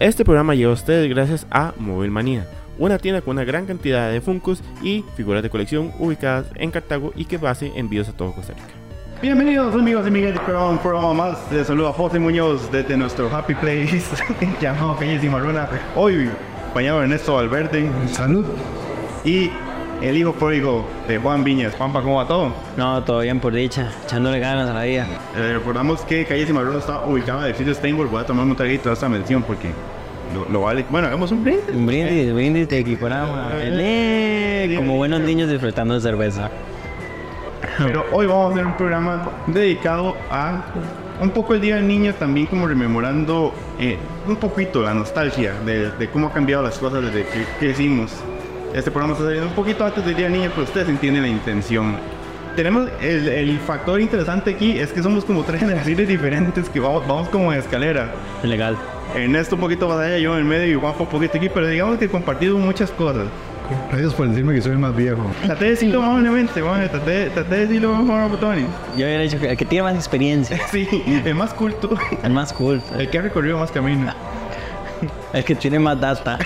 Este programa llega a ustedes gracias a Móvil Manía, una tienda con una gran cantidad de Funkos y figuras de colección ubicadas en Cartago y que hace envíos a todo Costa Rica. Bienvenidos amigos y amigas de un programa más. Les saluda José Muñoz desde nuestro Happy Place llamado Calle Cimarrona. Hoy acompañado de Ernesto Valverde. Salud. Y el hijo pródigo de Juan Viñas. Juanpa, ¿cómo va todo? No, todo bien por dicha, echándole ganas a la vida. Recordamos que Calle Cimarrona está ubicada en el sitio Steinborg. Voy a tomar un traguito de esta mención porque lo vale. Bueno, hagamos un brindis. Un brindis de equiparamos. Como buenos niños disfrutando de cerveza. Pero hoy vamos a hacer un programa dedicado a un poco el Día del Niño, también como rememorando un poquito la nostalgia de cómo ha cambiado las cosas desde que crecimos. Este programa está saliendo un poquito antes del Día del Niño, pero ustedes entienden la intención. Tenemos el factor interesante aquí, es que somos como tres generaciones diferentes que vamos como en escalera. Legal. Ernesto un poquito más allá, yo en el medio y Juanjo un poquito aquí, pero digamos que compartimos muchas cosas. Gracias por decirme que soy el más viejo. Traté de decirlo más amablemente, traté de decirlo más amablemente. Yo había dicho que el que tiene más experiencia. Sí, el más culto. El más cool. El que ha recorrido más camino. El que tiene más data.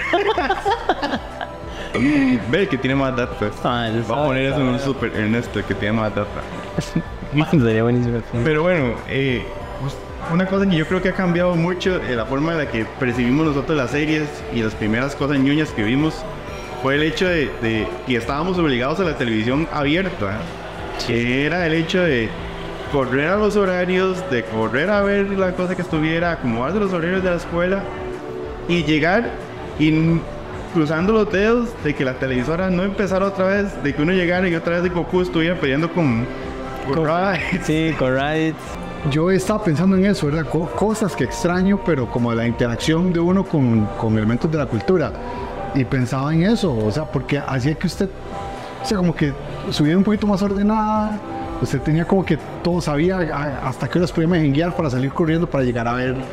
Ve el que tiene más data. Va a poner eso en un super Ernesto, el que tiene más data. Sería buenísimo. Pero bueno, una cosa que yo creo que ha cambiado mucho la forma en la que percibimos nosotros las series y las primeras cosas ñoñas que vimos fue el hecho de que estábamos obligados a la televisión abierta, que era el hecho de correr a los horarios, de correr a ver la cosa que estuviera, acomodarse los horarios de la escuela y llegar y cruzando los dedos de que la televisora no empezara otra vez, de que uno llegara y otra vez de Goku estuviera peleando con Raditz. Sí, con Raditz. Yo estaba pensando en eso, ¿verdad? Cosas que extraño, pero como la interacción de uno con elementos de la cultura. Y pensaba en eso, o sea, porque hacía que usted, o sea, como que su vida un poquito más ordenada, usted tenía como que todo, sabía hasta qué horas podía mejenguear para salir corriendo para llegar a ver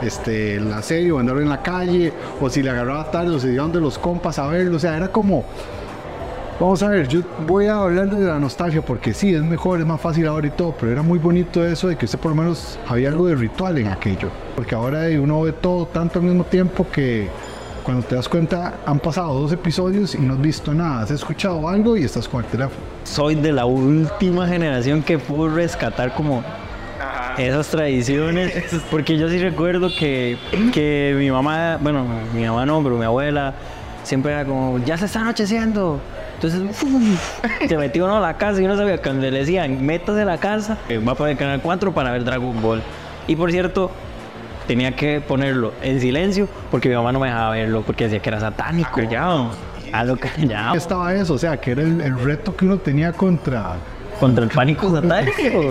la serie o andar en la calle, o si le agarraba tarde o se iban de los compas a verlo, o sea, era como, vamos a ver, yo voy a hablar de la nostalgia porque sí, es mejor, es más fácil ahora y todo, pero era muy bonito eso de que usted por lo menos había algo de ritual en aquello, porque ahora uno ve todo tanto al mismo tiempo que cuando te das cuenta, han pasado 2 episodios y no has visto nada. Has escuchado algo y estás con el teléfono. Soy de la última generación que pudo rescatar como esas tradiciones. Porque yo sí recuerdo que mi mamá, bueno, mi mamá no, pero mi abuela siempre era como, ya se está anocheciendo. Entonces, se metió uno a la casa y uno sabía cuando le decían, métase a la casa, va para el canal 4 para ver Dragon Ball. Y por cierto, tenía que ponerlo en silencio porque mi mamá no me dejaba verlo porque decía que era satánico. Callado. Algo callado. Estaba eso, o sea, que era el reto que uno tenía contra el pánico satánico.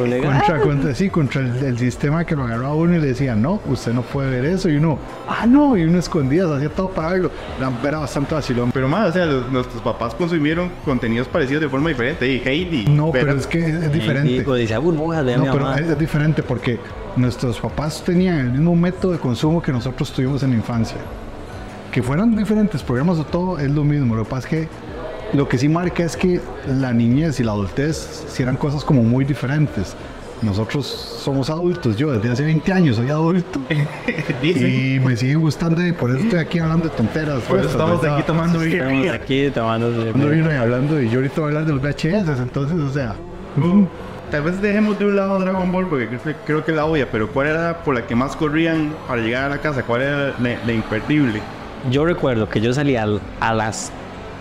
contra el sistema que lo agarraba a uno y le decía, no, usted no puede ver eso. Y uno, no, y uno escondía, hacía todo para verlo. Era bastante vacilón. Pero más, o sea, nuestros papás consumieron contenidos parecidos de forma diferente. Y Heidi. No, pero es que es diferente. Decía burbujas de no, mi pero mamá. es diferente porque nuestros papás tenían el mismo método de consumo que nosotros tuvimos en la infancia. Que fueran diferentes programas o todo, es lo mismo. Lo que pasa es que lo que sí marca es que la niñez y la adultez sí eran cosas como muy diferentes. Nosotros somos adultos, yo desde hace 20 años soy adulto y me sigue gustando y por eso estoy aquí hablando de tonteras. Por eso estamos aquí tomando vino. Estamos aquí tomando vino y hablando, y yo ahorita voy a hablar de los VHS, entonces, o sea... Tal vez dejemos de un lado Dragon Ball porque creo que es la obvia, pero ¿cuál era por la que más corrían para llegar a la casa? ¿Cuál era la imperdible? Yo recuerdo que yo salía a las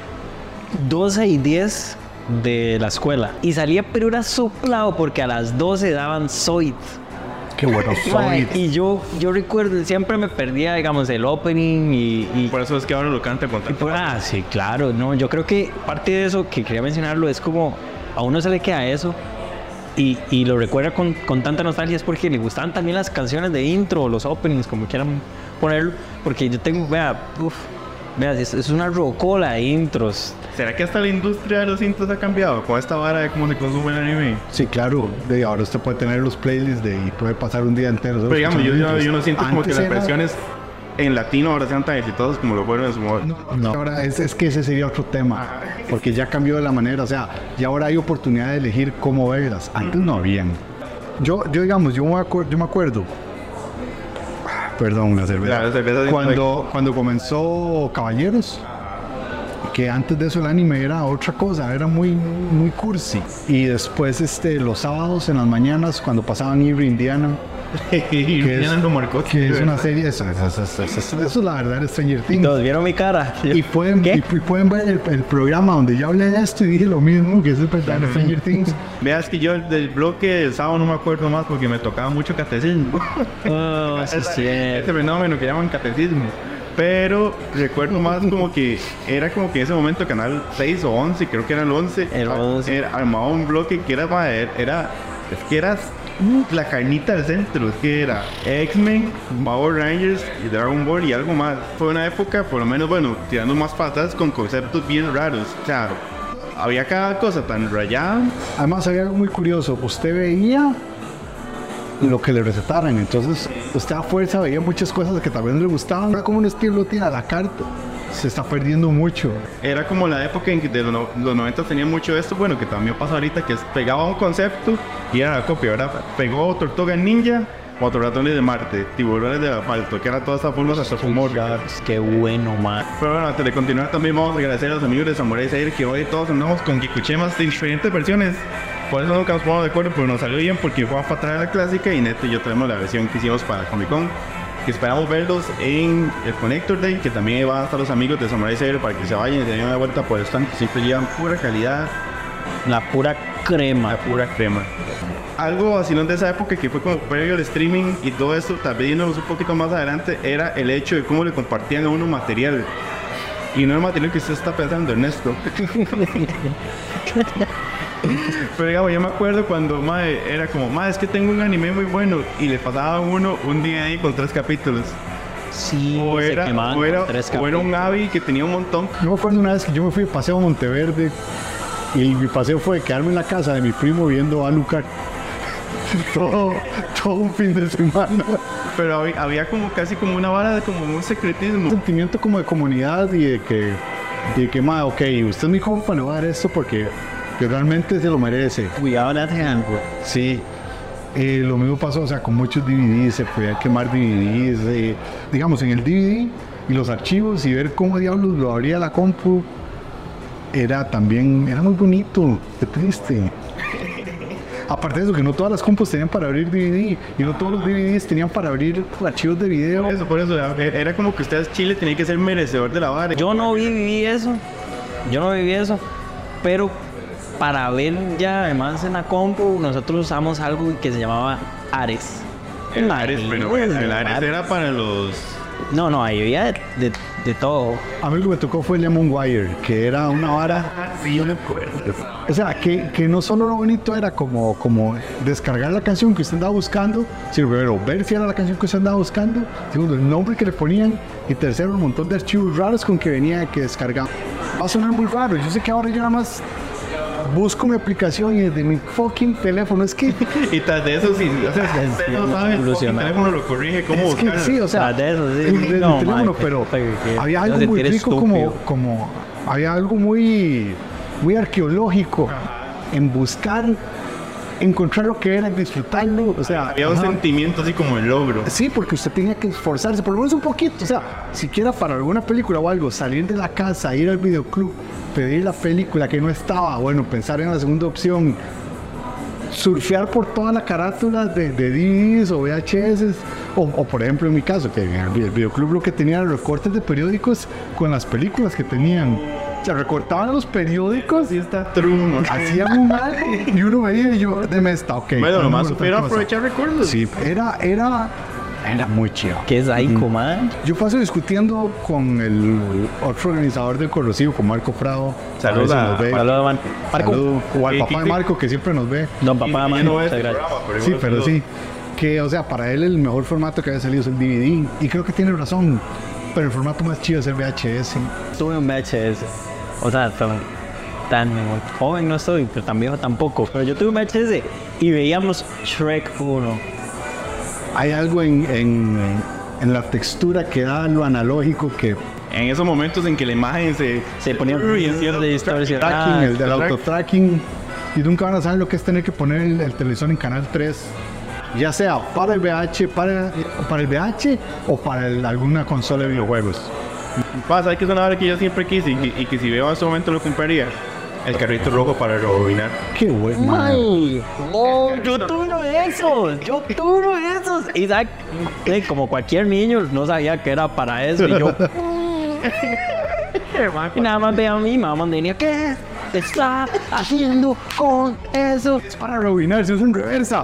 12:10 de la escuela y salía pero era soplado porque a las 12 daban Zoid. Qué bueno, Zoid. Y yo recuerdo, siempre me perdía, digamos, el opening y por eso es que ahora lo canta con tanta sí, claro, no, yo creo que parte de eso que quería mencionarlo es como a uno se le queda eso y lo recuerda con tanta nostalgia es porque le gustaban también las canciones de intro, los openings, como quieran ponerlo, porque yo tengo, vea, es una rocola de intros. ¿Será que hasta la industria de los intros ha cambiado con esta vara de cómo se consume el anime? Sí, claro, ahora usted puede tener los playlists y puede pasar un día entero. Pero digamos, yo no siento como que las versiones en latino ahora sean tan exitosas como lo fueron en su momento. No, ahora es que ese sería otro tema, porque ya cambió la manera, o sea, ya ahora hay oportunidad de elegir cómo verlas. Antes no habían. Yo digamos, yo me acuerdo, Perdón, la cerveza. La cerveza Cuando comenzó Caballeros, que antes de eso el anime era otra cosa, era muy cursi. Y después los sábados en las mañanas, cuando pasaban Erie, Indiana, que es una serie, eso es la verdad de Stranger Things. Todos vieron mi cara. Y pueden ver el programa donde yo hablé de esto y dije lo mismo, que es el verdad de Stranger Things. Veas que yo del bloque del sábado no me acuerdo más porque me tocaba mucho catecismo. Oh, sí, sí. Ese fenómeno que llaman catecismo. Pero recuerdo más como que era como que en ese momento Canal 6 o 11, creo que era el 11, El 11. armaba un bloque que era la carnita del centro, es que era X-Men, Power Rangers y Dragon Ball y algo más. Fue una época, por lo menos, bueno, tirando más patas con conceptos bien raros. O sea, había cada cosa tan rayada. Además había algo muy curioso, usted veía lo que le recetaran, entonces usted a fuerza veía muchas cosas que tal vez no le gustaban. Era como un estilo tiene a la carta, se está perdiendo mucho. Era como la época en que de los 90 tenía mucho esto, bueno, que también pasa ahorita, que pegaba un concepto y era la copia, ¿verdad? Pegó Tortuga Ninja, Cuatro Ratones de Marte, Tiburones del Asfalto, que era todas esas formas hasta humor. Qué bueno, man. Pero bueno, antes de continuar también vamos a agradecer a los amigos de Samurai Sailor que hoy todos andamos con Kikuchemas de diferentes versiones. Por eso nunca nos ponemos de acuerdo, pero nos salió bien porque fue a traer la clásica y Neto y yo tenemos la versión que hicimos para Comic Con. Que esperamos verlos en el Connector Day, que también van a estar los amigos de Samurai Sailor para que se vayan y se den una vuelta por el stand, que siempre llevan pura calidad. La pura crema. La pura crema. Algo vacilón de esa época que fue como previo al streaming y todo esto, tal vez yéndonos un poquito más adelante, era el hecho de cómo le compartían a uno material. Y no el material que usted está pensando, Ernesto. Pero digamos, yo me acuerdo cuando era como, es que tengo un anime muy bueno y le pasaba a uno un día ahí con 3 capítulos. Sí, o era un Abby que tenía un montón. Yo me acuerdo una vez que yo me fui de paseo a Monteverde y mi paseo fue quedarme en la casa de mi primo viendo a Alucard todo un fin de semana. Pero había como casi como una vara, como un secretismo. Un sentimiento como de comunidad y de que ok, usted es mi compa, le voy a dar esto porque realmente se lo merece. Cuidado en hand, bro. Sí. Lo mismo pasó, o sea, con muchos DVDs, se podía quemar DVDs, digamos, en el DVD y los archivos y ver cómo diablos lo abría la compu, era muy bonito, qué triste. Aparte de eso, que no todas las compus tenían para abrir DVD y no todos los DVDs tenían para abrir archivos de video. Por eso, era como que ustedes Chile tenía que ser merecedor de la vara. Yo no viví eso, pero para ver ya además en la compu nosotros usamos algo que se llamaba Ares. El Ares era para los... No, ahí había de todo. A mí lo que me tocó fue Lemon Wire, que era una vara... Sí, yo me acuerdo. O sea, que no solo lo bonito era como descargar la canción que usted andaba buscando, sino primero ver si era la canción que usted andaba buscando, segundo el nombre que le ponían y tercero un montón de archivos raros con que venía que descargaba. Va a sonar muy raro, yo sé que ahora yo nada más busco mi aplicación y desde mi fucking teléfono, es que... Y tras de eso, sí, o sea, usted no sabe, el teléfono lo corrige, cómo buscar. Que sí, o sea, tras de eso, sí. el teléfono, pero había algo muy rico como había algo muy arqueológico en buscar, encontrar lo que era, disfrutarlo, o sea... Había un sentimiento así como el logro. Sí, porque usted tenía que esforzarse, por lo menos un poquito, o sea, siquiera para alguna película o algo, salir de la casa, ir al videoclub, pedir la película que no estaba, bueno, pensar en la segunda opción, surfear por toda la carátula de DVDs o VHS, o por ejemplo en mi caso, que el videoclub lo que tenía eran recortes de periódicos con las películas que tenían. Se recortaban los periódicos y está true, hacían un algo y uno veía y yo, deme esta, ok. Bueno, nomás supieron aprovechar recuerdos. Sí, era muy chido. ¿Qué es ahí, comadre? Yo paso discutiendo con el otro organizador del Corrosivo, con Marco Prado. Saludos a Marco. O al papá de Marco, que siempre nos ve. Don papá de Marco, muchas gracias. Sí, pero sí. Que, o sea, para él el mejor formato que había salido es el DVD. Y creo que tiene razón. Pero el formato más chido es el VHS. Tuve un VHS. O sea, tan joven no estoy, pero tan viejo tampoco. Pero yo tuve un VHS y veíamos Shrek 1. Hay algo en la textura que da lo analógico que... En esos momentos en que la imagen se ponía de distorsión. El del autotracking. Y nunca van a saber lo que es tener que poner el televisor en canal 3 ya sea para el VH, para el VH o para alguna consola de videojuegos. Pasa, que es una vara que yo siempre quise y que si veo en este momento lo compraría. El carrito rojo para rebobinar. Qué bueno. ¡Ay! ¡Oh, yo tuve uno de esos! ¡Yo tuve uno de esos! Y como cualquier niño, no sabía que era para eso. Y yo... y nada más veía a mi mamá tenía ¿qué está haciendo con eso? Es para rebobinar, si es en reversa.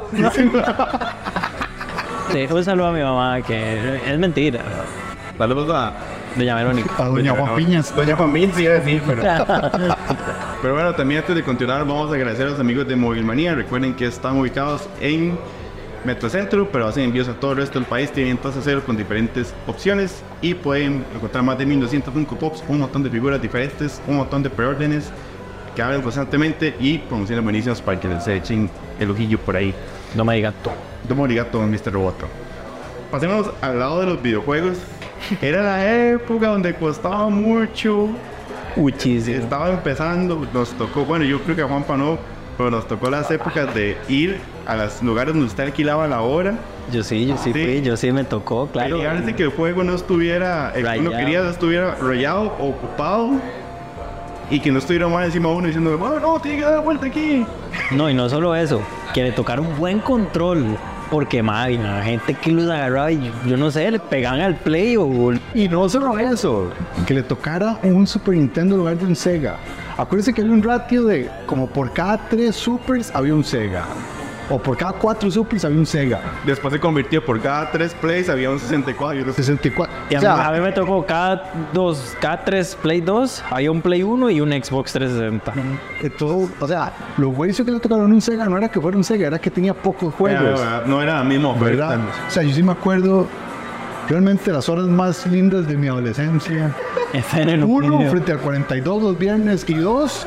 Un saludo a mi mamá, que es mentira. Saludos a Doña Verónica. A Doña Juan Piñas. Doña Juan Piñas iba a decir, pero... Pero bueno, también antes de continuar vamos a agradecer a los amigos de Movilmanía. Recuerden que están ubicados en Metrocentro, pero hacen envíos a todo el resto del país. Tienen tasa cero con diferentes opciones y pueden encontrar más de 1200 Funko Pops, un montón de figuras diferentes, un montón de preórdenes que abren constantemente y promociones buenísimas para que les echen el ojillo por ahí. No me digas todo. Domo arigato, Mr. Roboto. Pasemos al lado de los videojuegos. Era la época donde costaba mucho. Muchísimo. Estaba empezando, nos tocó, bueno, yo creo que a Juanpa no, pero nos tocó las épocas de ir a los lugares donde usted alquilaba la hora. Yo sí fui, yo sí me tocó, claro. Antes que el juego no estuviera, el que uno quería no estuviera rayado o ocupado y que no estuviera más encima de uno diciendo, bueno, no, tiene que dar vuelta aquí. No, y no solo eso, que le tocara un buen control. Porque, madre, la gente que los agarraba y yo no sé, le pegaban al Play o... Y no solo eso, que le tocara un Super Nintendo en lugar de un Sega. Acuérdense que había un ratio de como por cada 3 Supers había un Sega. O por cada 4 Supers había un Sega. Después se convirtió por cada 3 Plays había un 64 y unos 64. Y a mí me tocó cada 3 Play 2, había un Play 1 y un Xbox 360. Todo, o sea, lo güeyes que le tocaron un Sega no era que fuera un Sega, era que tenía pocos juegos. No era la misma oferta. ¿Verdad? O sea, yo sí me acuerdo realmente las horas más lindas de mi adolescencia. Uno, frente al 42 los viernes y dos,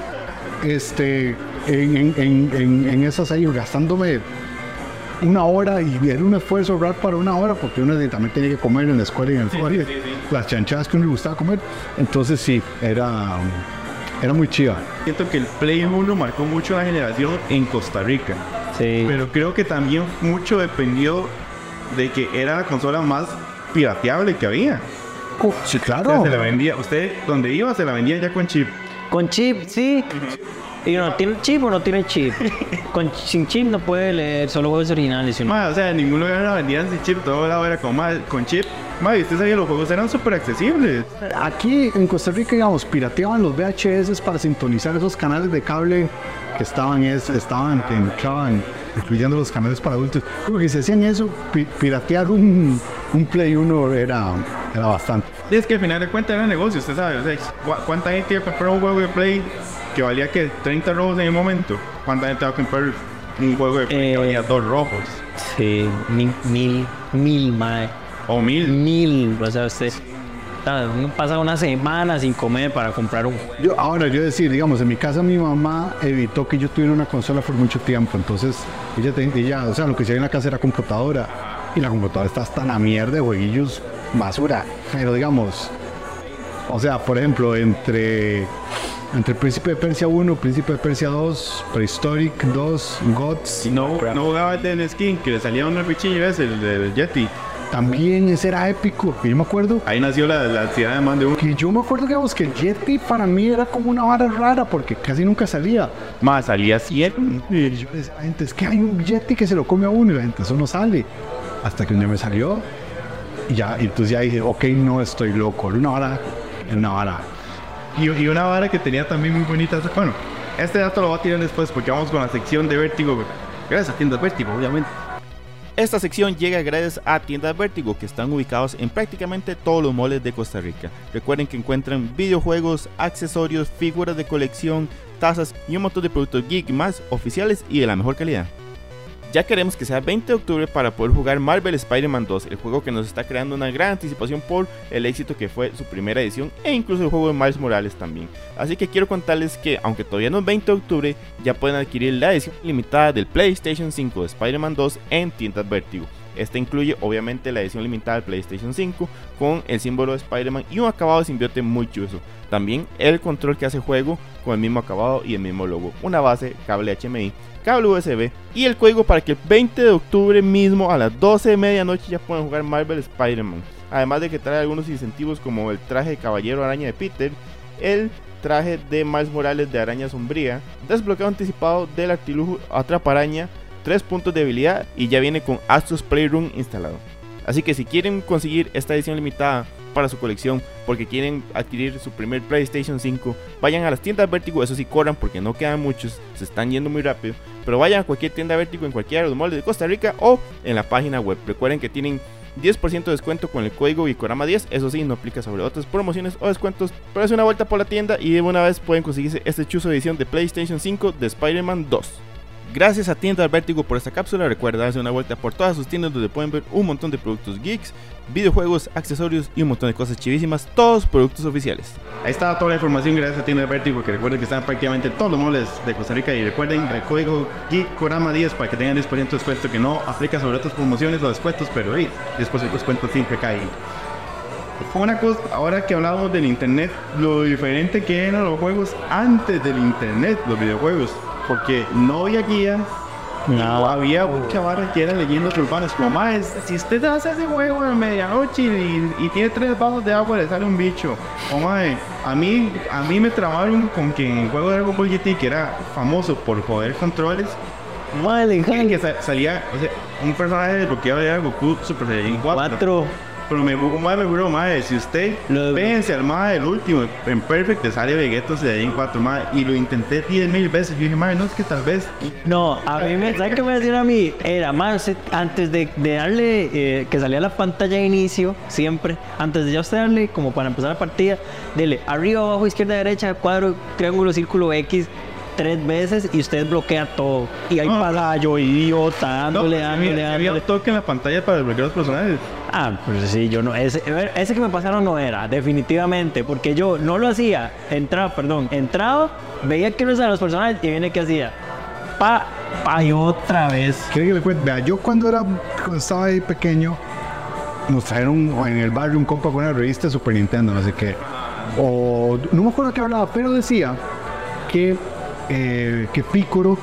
en esas ahí gastándome una hora y era un esfuerzo ahorrar para una hora porque uno también tenía que comer en la escuela y en el colegio. Las chanchadas que uno le gustaba comer. Entonces sí, era muy chiva. Siento que el Play 1 marcó mucho la generación en Costa Rica. Sí. Pero creo que también mucho dependió de que era la consola más pirateable que había. Sí, O claro. sea, se la vendía, usted donde iba se la vendía ya con chip. Con chip, sí. Y no tiene chip o no tiene chip. Sin chip no puede leer, solo juegos originales. O sea, en ningún lugar la vendían sin chip, todo lado era con chip. Usted sabía, los juegos eran súper accesibles. Aquí en Costa Rica, digamos, pirateaban los VHS para sintonizar esos canales de cable que entraban, incluyendo los canales para adultos. Creo que si hacían eso, piratear un Play 1 era bastante. Y es que al final de cuentas era negocio, usted sabe. O sea, ¿cuánta gente iba a comprar un juego de Play que valía que 30 rojos en el momento? ¿Cuánta gente va a comprar un juego de Play que valía 2 rojos? Sí, mil, mae. O 1000. 1000, o sea, usted pasa una semana sin comer para comprar un juego. Yo decir, digamos, en mi casa mi mamá evitó que yo tuviera una consola por mucho tiempo, entonces ella, o sea, lo que se había en la casa era computadora, y la computadora está hasta la mierda de jueguillos basura, pero digamos, o sea, por ejemplo, entre Príncipe de Persia 1, Príncipe de Persia 2, Prehistoric 2, Gods. No jugaba el de Skin, que le salía un bichillo ese, el del Yeti. También ese era épico, que yo me acuerdo. Ahí nació la ansiedad de más de uno. Que yo me acuerdo, digamos, que el Yeti para mí era como una vara rara porque casi nunca salía. Salía 100. Y yo le decía a la gente, es que hay un Yeti que se lo come a uno, y la gente, eso no sale. Hasta que un día me salió y entonces ya dije, ok, no estoy loco, era una vara. Y una vara que tenía también muy bonita. Bueno, este dato lo voy a tirar después porque vamos con la sección de Vértigo. Gracias a Tiendas Vértigo, obviamente. Esta sección llega gracias a Tiendas Vértigo, que están ubicados en prácticamente todos los malls de Costa Rica. Recuerden que encuentran videojuegos, accesorios, figuras de colección, tazas y un montón de productos geek más oficiales y de la mejor calidad. Ya queremos que sea 20 de octubre para poder jugar Marvel Spider-Man 2, el juego que nos está creando una gran anticipación por el éxito que fue su primera edición e incluso el juego de Miles Morales también. Así que quiero contarles que, aunque todavía no es 20 de octubre, ya pueden adquirir la edición limitada del PlayStation 5 de Spider-Man 2 en Tiendas Vértigo. Esta incluye obviamente la edición limitada del PlayStation 5 con el símbolo de Spider-Man y un acabado de simbionte muy chuzo. También el control que hace juego con el mismo acabado y el mismo logo, una base, cable HMI, cable USB y el código para que el 20 de octubre mismo a las 12 de medianoche ya puedan jugar Marvel Spider-Man. Además de que trae algunos incentivos como el traje de Caballero Araña de Peter, el traje de Miles Morales de Araña Sombría, desbloqueo anticipado del artilugio Atraparaña, 3 puntos de habilidad y ya viene con Astros Playroom instalado. Así que si quieren conseguir esta edición limitada para su colección porque quieren adquirir su primer PlayStation 5, vayan a las tiendas Vértigo, eso sí corran porque no quedan muchos, se están yendo muy rápido, pero vayan a cualquier tienda Vértigo en cualquiera de los moldes de Costa Rica o en la página web. Recuerden que tienen 10% de descuento con el código Bicorama 10, eso sí, no aplica sobre otras promociones o descuentos, pero es una vuelta por la tienda y de una vez pueden conseguirse este chuzo edición de PlayStation 5 de Spider-Man 2. Gracias a Tiendas Vértigo por esta cápsula. Recuerda darse una vuelta por todas sus tiendas donde pueden ver un montón de productos geeks, videojuegos, accesorios y un montón de cosas chivísimas, todos productos oficiales. Ahí está toda la información gracias a Tiendas Vértigo, que recuerden que están prácticamente todos los moles de Costa Rica y recuerden el código Geekorama 10 para que tengan 10% de descuento, que no aplica sobre otras promociones o descuentos, pero después el descuento siempre cae. Fue una cosa, ahora que hablábamos del internet, lo diferente que eran los juegos antes del internet, los videojuegos, porque no había guías, no había mucha barra que eran leyendas urbanas, como más, si usted hace ese juego a medianoche y tiene 3 vasos de agua le sale un bicho, o mae, a mí me trabaron con que en el juego de Dragon Ball GT, que era famoso por joder controles, Madre, que salía, o sea, un personaje desbloqueado de Goku Super Saiyan 4. Pero me juro, madre, si usted vence al madre, el último, en Perfect te sale Vegeta Saiyajin 4, madre, y lo intenté 10.000 veces, yo dije, madre, no, es que tal vez... No, a mí ¿sabes qué me decían a mí? Era más, antes de darle, que salía la pantalla de inicio, siempre, antes de ya usted darle, como para empezar la partida, dele arriba, abajo, izquierda, derecha, cuadro, triángulo, círculo, X, 3 veces y usted bloquea todo. Y ahí pasa yo, idiota, dándole. Había un toque en la pantalla para desbloquear los personajes. Ah, pues sí, yo no. Ese que me pasaron no era, definitivamente. Porque yo no lo hacía. Entraba, veía que no estaban los personajes y viene que hacía. Y otra vez. ¿Quiere que le cuente? Vea, yo cuando estaba ahí pequeño, nos trajeron en el barrio un compa con una revista de Super Nintendo, no sé qué. O no me acuerdo qué hablaba, pero decía que Piccolo,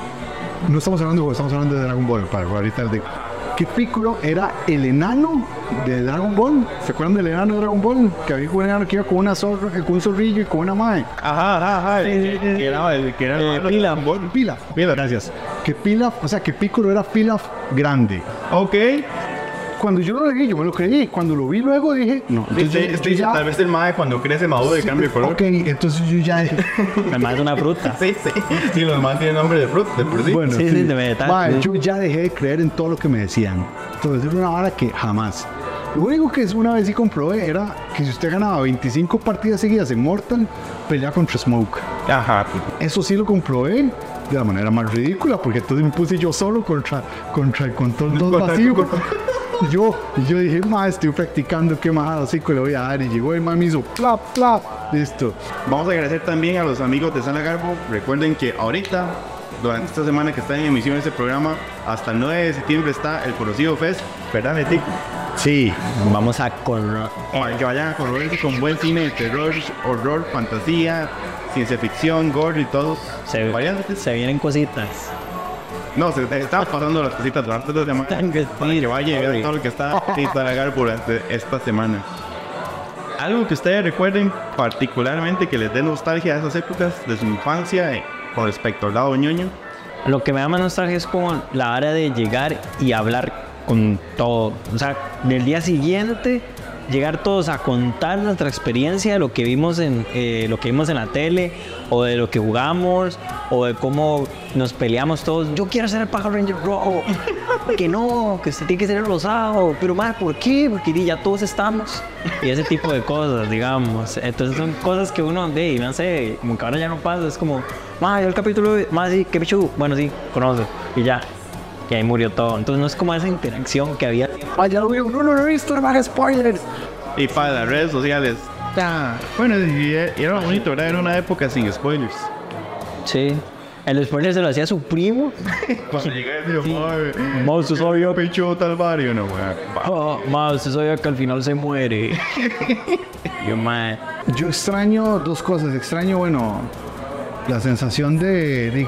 no estamos hablando de juego, estamos hablando de Dragon Ball, para ahorita que Piccolo era el enano de Dragon Ball. ¿Se acuerdan del enano de Dragon Ball? Que había un enano que iba con una zorra, con un zorrillo y con una mae. Ajá. Que era Pilaf, gracias. Que Piccolo era Pilaf grande. Ok. Cuando yo lo leí, yo me lo creí. Cuando lo vi luego dije, no. Entonces, tal vez el mae cuando crece maduro y cambia de color. Ok, entonces yo ya dije. El mae es una fruta. Sí, los mae tienen nombre de fruta, de por sí. Bueno, sí, de vegetal. Mae, yo ya dejé de creer en todo lo que me decían. Entonces era una vara que jamás. Lo único que una vez sí comprobé era que si usted ganaba 25 partidas seguidas en Mortal, peleaba contra Smoke. Ajá. Eso sí lo comprobé de la manera más ridícula, porque entonces me puse yo solo contra el control 2 vacío. Y yo dije, estoy practicando, qué majada así que le voy a dar. Y llegó el me hizo plap, listo. Vamos a agradecer también a los amigos de San Lagarbo. Recuerden que ahorita, durante esta semana que está en emisión este programa, hasta el 9 de septiembre está el Conocido Fest, ¿verdad, Netic? Sí, vamos a correr. Que vayan a correrse con buen cine de terror, horror, fantasía, ciencia ficción, gore y todo. Se vienen cositas. No, se están pasando las cositas durante la semana. Que vaya a ver todo lo que está en San Lagarbo durante esta semana. Algo que ustedes recuerden particularmente que les dé nostalgia a esas épocas de su infancia con respecto al lado ñoño. Lo que me da más nostalgia es como la hora de llegar y hablar con todo. O sea, del día siguiente, llegar todos a contar nuestra experiencia de lo que vimos en la tele, o de lo que jugamos, o de cómo nos peleamos todos. Yo quiero ser el Power Ranger rojo. Que no, que usted tiene que ser el rosado. Pero madre, ¿por qué? Porque ya todos estamos. Y ese tipo de cosas, digamos. Entonces son cosas que uno, no sé, como que ahora ya no pasa. Es como, madre, el capítulo, madre, sí, qué pichu. Bueno, sí, conoce. Y ya. Y ahí murió todo. Entonces no es como esa interacción que había. Ya lo veo, no he visto, no me hagas spoilers. Y para las redes sociales. Bueno, y era bonito, ¿verdad? Era una época sin spoilers. Sí. El spoiler se lo hacía a su primo. Cuando llegué, digo, Ma, usted sabía, pecho tal barrio, no, ma, usted sabía que al final se muere. Yo, ma. Yo extraño dos cosas. Extraño, bueno, la sensación de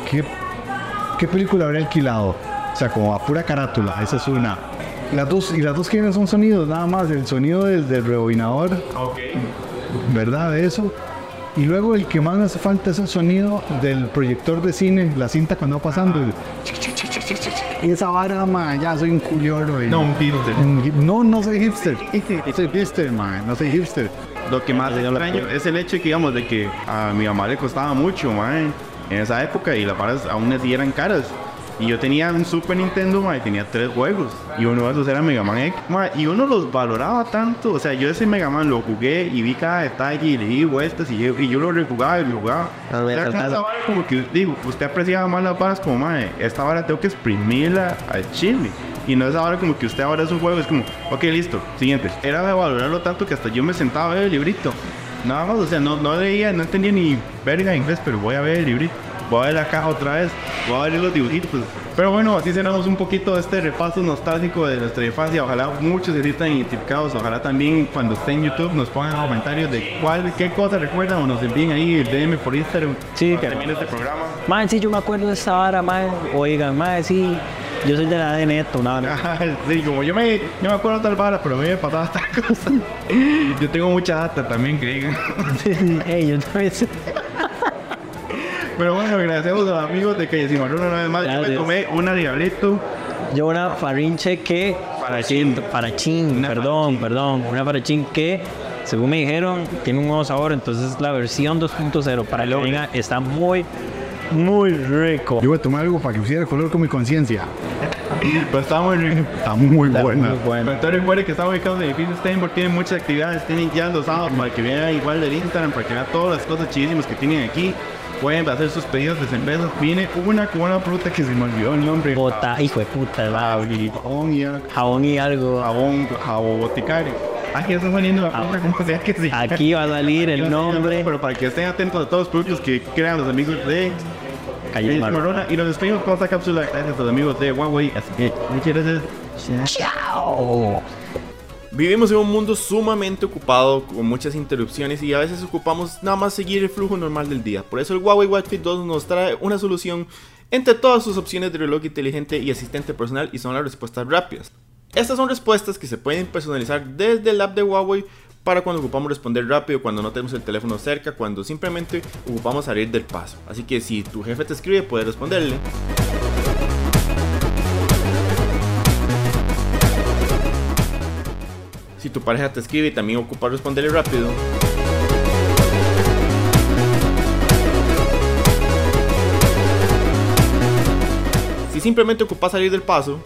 ¿qué película habré alquilado? O sea, como a pura carátula, esa es una. Las dos que son sonidos, nada más. El sonido del rebobinador, ¿verdad? De eso. Y luego el que más me hace falta es el sonido del proyector de cine, la cinta cuando va pasando. Y esa vara, man, ya soy un culioro. No, un hipster. No soy hipster. Soy hipster, man, no soy hipster. Lo que más extraño es el hecho de que, digamos, de que a mi mamá le costaba mucho, man, en esa época, y las varas aún así eran caras. Y yo tenía un Super Nintendo, man, y tenía 3 juegos. Y uno de esos era Mega Man X. Man, y uno los valoraba tanto. O sea, yo ese Mega Man lo jugué y vi cada detalle y le di vueltas y yo lo rejugaba y lo jugaba. O sea, esta vara como que, digo, usted apreciaba más las varas como, man, esta vara tengo que exprimirla al chile. Y no es ahora como que usted ahora es un juego, es como, ok, listo, siguiente. Era de valorarlo tanto que hasta yo me sentaba a ver el librito. Nada más, o sea, no leía, no entendía ni verga inglés, pero voy a ver el librito. Voy a ver la caja otra vez, voy a ver los dibujitos. Pero bueno, así cerramos un poquito de este repaso nostálgico de nuestra infancia. Ojalá muchos se sientan identificados. Ojalá también cuando estén en YouTube nos pongan comentarios de qué cosa recuerdan o nos envíen ahí el DM por Instagram. Sí, que termine este programa. Man, sí, yo me acuerdo de esa vara, man. Oigan, man, sí. Yo soy de la de Neto, nada. Sí, como yo me acuerdo tal vara, pero me pasaba esta cosa. Yo tengo mucha data también, que digan. Hey, yo también sé. Pero bueno, agradecemos a los amigos de Calle Cimarrón una vez más. Yo me tomé una Diablito. Yo una Farinche que... Parachín, perdón. Una Parachín que, según me dijeron, tiene un nuevo sabor. Entonces la versión 2.0 para que venga está muy rico. Yo voy a tomar algo para que pusiera el color con mi conciencia. Pues está muy rico. Está muy buena. Entonces recuerden que está ubicado en el edificio Steinberg. Tienen muchas actividades. Tienen ya los sábados para que vean igual del Instagram, para que vean todas las cosas chidísimas que tienen aquí. Pueden hacer sus pedidos de cervezas. Viene una con una fruta que se me olvidó el nombre. Bota, hijo de puta, Jabón y algo. Jabón boticario. Aquí está saliendo la compra, como sea que sí. Aquí va a salir el nombre. Pero para que estén atentos a todos los productos que crean los amigos de Calle Marrona. Y nos despedimos con esta cápsula. Gracias a los amigos de Huawei. Así que muchas gracias. Chao. Vivimos en un mundo sumamente ocupado, con muchas interrupciones, y a veces ocupamos nada más seguir el flujo normal del día. Por eso el Huawei Watch Fit 2 nos trae una solución entre todas sus opciones de reloj inteligente y asistente personal, y son las respuestas rápidas. Estas son respuestas que se pueden personalizar desde el app de Huawei para cuando ocupamos responder rápido, cuando no tenemos el teléfono cerca, cuando simplemente ocupamos salir del paso. Así que si tu jefe te escribe, puedes responderle. Si tu pareja te escribe y también ocupa responderle rápido. Si simplemente ocupas salir del paso.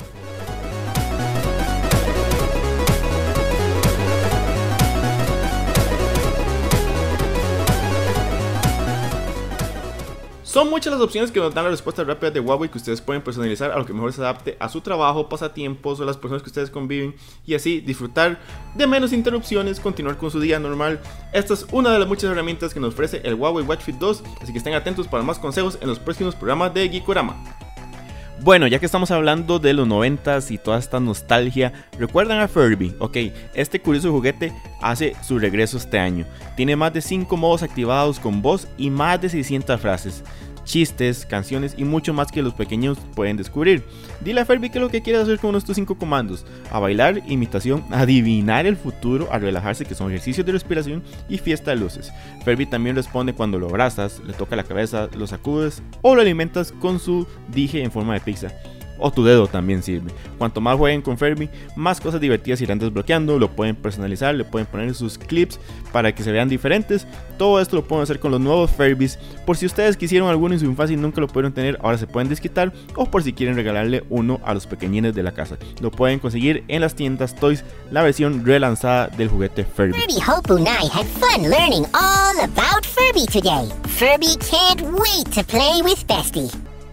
Son muchas las opciones que nos dan las respuestas rápidas de Huawei que ustedes pueden personalizar a lo que mejor se adapte a su trabajo, pasatiempos o las personas que ustedes conviven, y así disfrutar de menos interrupciones, continuar con su día normal. Esta es una de las muchas herramientas que nos ofrece el Huawei Watch Fit 2, así que estén atentos para más consejos en los próximos programas de Geekorama. Bueno, ya que estamos hablando de los 90s y toda esta nostalgia, ¿recuerdan a Furby? Ok, este curioso juguete hace su regreso este año. Tiene más de 5 modos activados con voz y más de 600 frases, chistes, canciones y mucho más que los pequeños pueden descubrir. Dile a Furby qué es lo que quieres hacer con estos 5 comandos: a bailar, imitación, adivinar el futuro, a relajarse, que son ejercicios de respiración, y fiesta de luces. Furby también responde cuando lo abrazas, le toca la cabeza, lo sacudes o lo alimentas con su dije en forma de pizza. O tu dedo también sirve. Cuanto más jueguen con Furby, más cosas divertidas irán desbloqueando. Lo pueden personalizar, le pueden poner sus clips para que se vean diferentes. Todo esto lo pueden hacer con los nuevos Furbies. Por si ustedes quisieron alguno en su infancia y nunca lo pudieron tener, ahora se pueden desquitar. O por si quieren regalarle uno a los pequeñines de la casa. Lo pueden conseguir en las tiendas Toys, la versión relanzada del juguete Furby. Furby Hope Unai had fun learning all about Furby today. Furby can't wait to play with Bestie.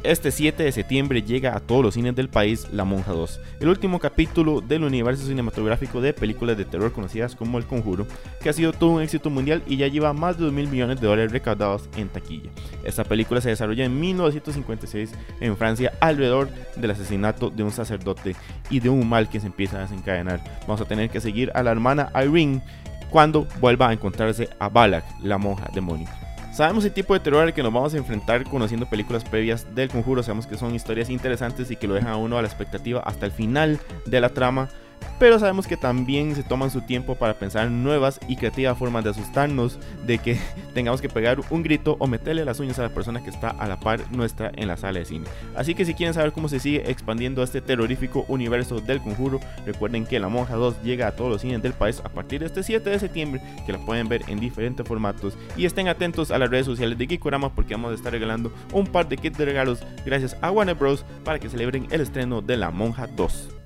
este 7 de septiembre llega a todos los cines del país La Monja 2, el último capítulo del universo cinematográfico de películas de terror conocidas como El Conjuro, que ha sido todo un éxito mundial y ya lleva más de $2.000 millones recaudados en taquilla. Esta película se desarrolla en 1956 en Francia alrededor del asesinato de un sacerdote y de un mal que se empieza a desencadenar. Vamos a tener que seguir a la hermana Irene cuando vuelva a encontrarse a Valak, la monja demonio. Sabemos el tipo de terror al que nos vamos a enfrentar conociendo películas previas del Conjuro. Sabemos que son historias interesantes y que lo dejan a uno a la expectativa hasta el final de la trama, pero sabemos que también se toman su tiempo para pensar en nuevas y creativas formas de asustarnos, de que tengamos que pegar un grito o meterle las uñas a la persona que está a la par nuestra en la sala de cine. Así que si quieren saber cómo se sigue expandiendo este terrorífico universo del Conjuro, recuerden que La Monja 2 llega a todos los cines del país a partir de este 7 de septiembre, que la pueden ver en diferentes formatos, y estén atentos a las redes sociales de Geekorama porque vamos a estar regalando un par de kits de regalos gracias a Warner Bros. Para que celebren el estreno de La Monja 2.